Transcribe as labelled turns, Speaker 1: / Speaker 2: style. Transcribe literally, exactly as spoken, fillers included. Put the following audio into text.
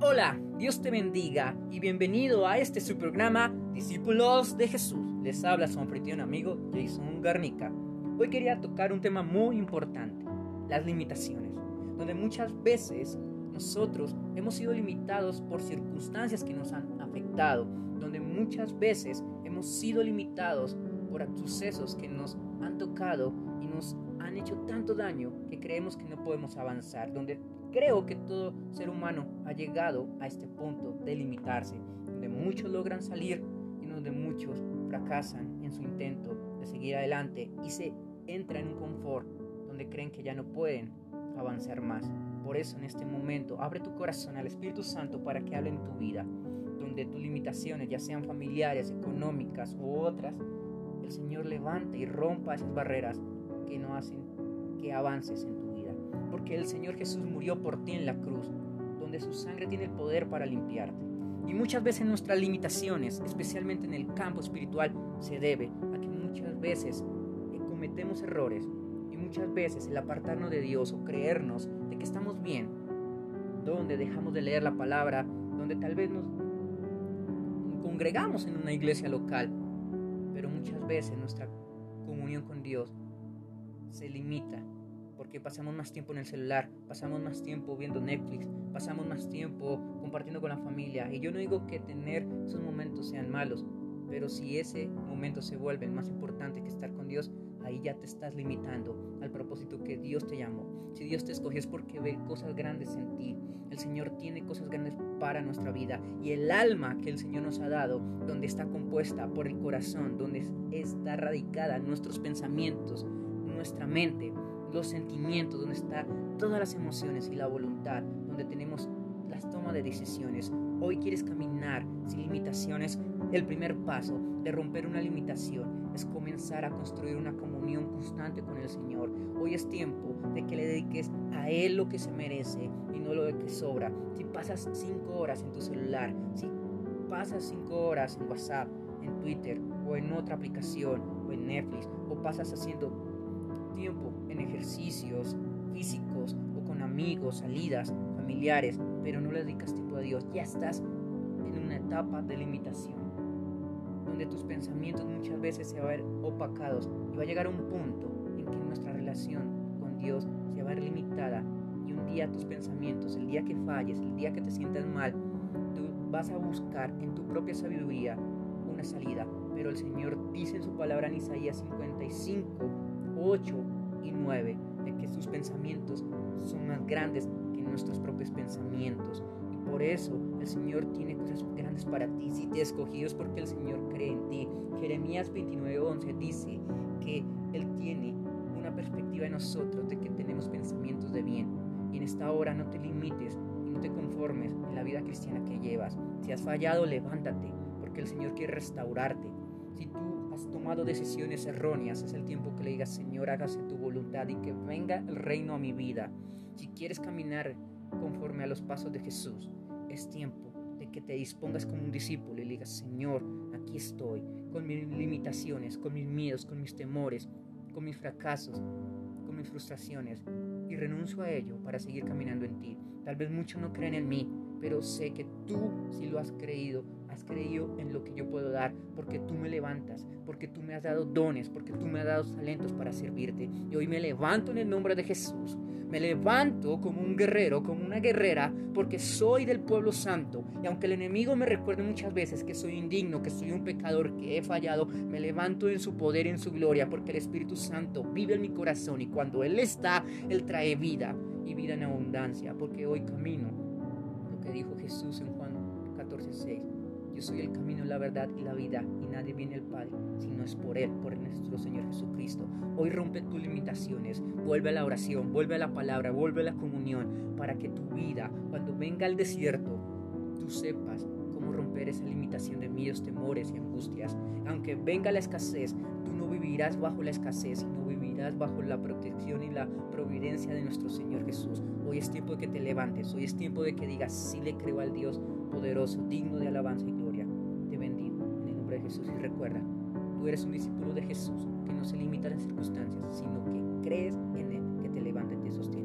Speaker 1: Hola, Dios te bendiga y bienvenido a este su programa Discípulos de Jesús. Les habla su anfitrión amigo Jason Garnica. Hoy quería tocar un tema muy importante, las limitaciones, donde muchas veces nosotros hemos sido limitados por circunstancias que nos han afectado, donde muchas veces hemos sido limitados por sucesos que nos han tocado y nos han hecho tanto daño que creemos que no podemos avanzar, donde creo que todo ser humano ha llegado a este punto de limitarse, donde muchos logran salir y donde muchos fracasan en su intento de seguir adelante y se entra en un confort donde creen que ya no pueden avanzar más. Por eso en este momento abre tu corazón al Espíritu Santo para que hable en tu vida, donde tus limitaciones, ya sean familiares, económicas u otras, el Señor levante y rompa esas barreras que no hacen que avances en tu vida. Porque el Señor Jesús murió por ti en la cruz, donde su sangre tiene el poder para limpiarte. Y muchas veces nuestras limitaciones, especialmente en el campo espiritual, se debe a que muchas veces cometemos errores y muchas veces el apartarnos de Dios o creernos de que estamos bien, donde dejamos de leer la palabra, donde tal vez nos congregamos en una iglesia local, pero muchas veces nuestra comunión con Dios se limita porque pasamos más tiempo en el celular, pasamos más tiempo viendo Netflix, pasamos más tiempo compartiendo con la familia. Y yo no digo que tener esos momentos sean malos, pero si ese momento se vuelve más importante que estar con Dios, ahí ya te estás limitando al propósito que Dios te llamó. Si Dios te escogió es porque ve cosas grandes en ti. El Señor tiene cosas grandes para nuestra vida. Y el alma que el Señor nos ha dado, donde está compuesta por el corazón, donde está radicada nuestros pensamientos, nuestra mente, los sentimientos, donde están todas las emociones y la voluntad, donde tenemos las tomas de decisiones. Hoy quieres caminar sin limitaciones. El primer paso de romper una limitación es comenzar a construir una comunión constante con el Señor. Hoy es tiempo de que le dediques a Él lo que se merece y no lo que sobra. Si pasas cinco horas en tu celular, si pasas cinco horas en WhatsApp, en Twitter o en otra aplicación o en Netflix, o pasas haciendo tiempo en ejercicios físicos o con amigos, salidas familiares, pero no le dedicas tiempo a Dios, ya estás en una etapa de limitación, donde tus pensamientos muchas veces se van a ver opacados y va a llegar a un punto en que nuestra relación con Dios se va a ver limitada, y un día tus pensamientos, el día que falles, el día que te sientas mal, tú vas a buscar en tu propia sabiduría una salida, pero el Señor dice en su palabra en Isaías cincuenta y cinco, ocho y nueve, de que sus pensamientos son más grandes que nuestros propios pensamientos, y por eso el Señor tiene cosas grandes para ti. Si te escogió es porque el Señor cree en ti. Jeremías veintinueve once dice que Él tiene una perspectiva en nosotros de que tenemos pensamientos de bien, y en esta hora no te limites y no te conformes en la vida cristiana que llevas. Si has fallado, levántate, porque el Señor quiere restaurarte. Si tú has tomado decisiones erróneas, es el tiempo que le digas: Señor, hágase tu voluntad y que venga el reino a mi vida. Si quieres caminar conforme a los pasos de Jesús, es tiempo de que te dispongas como un discípulo y le digas: Señor, aquí estoy, con mis limitaciones, con mis miedos, con mis temores, con mis fracasos, con mis frustraciones, y renuncio a ello para seguir caminando en ti. Tal vez muchos no creen en mí, pero sé que tú sí lo has creído, has creído en lo que yo puedo dar, porque tú me levantas, porque tú me has dado dones, porque tú me has dado talentos para servirte. Y hoy me levanto en el nombre de Jesús, me levanto como un guerrero, como una guerrera, porque soy del pueblo santo. Y aunque el enemigo me recuerde muchas veces que soy indigno, que soy un pecador, que he fallado, me levanto en su poder y en su gloria, porque el Espíritu Santo vive en mi corazón, y cuando Él está, Él trae vida y vida en abundancia, porque hoy camino lo que dijo Jesús en Juan catorce seis: yo soy el camino, la verdad y la vida, y nadie viene al Padre si no es por Él, por nuestro Señor Jesucristo. Hoy rompe tus limitaciones, vuelve a la oración, vuelve a la palabra, vuelve a la comunión, para que tu vida, cuando venga al desierto, tú sepas cómo romper esa limitación de miedos, temores y angustias. Aunque venga la escasez, tú no vivirás bajo la escasez, sino vivirás bajo la protección y la providencia de nuestro Señor Jesús. Hoy es tiempo de que te levantes, hoy es tiempo de que digas: sí le creo al Dios poderoso, digno de alabanza y gloria. Te bendigo en el nombre de Jesús, y recuerda, tú eres un discípulo de Jesús que no se limita a las circunstancias, sino que crees en Él, que te levanta y te sostiene.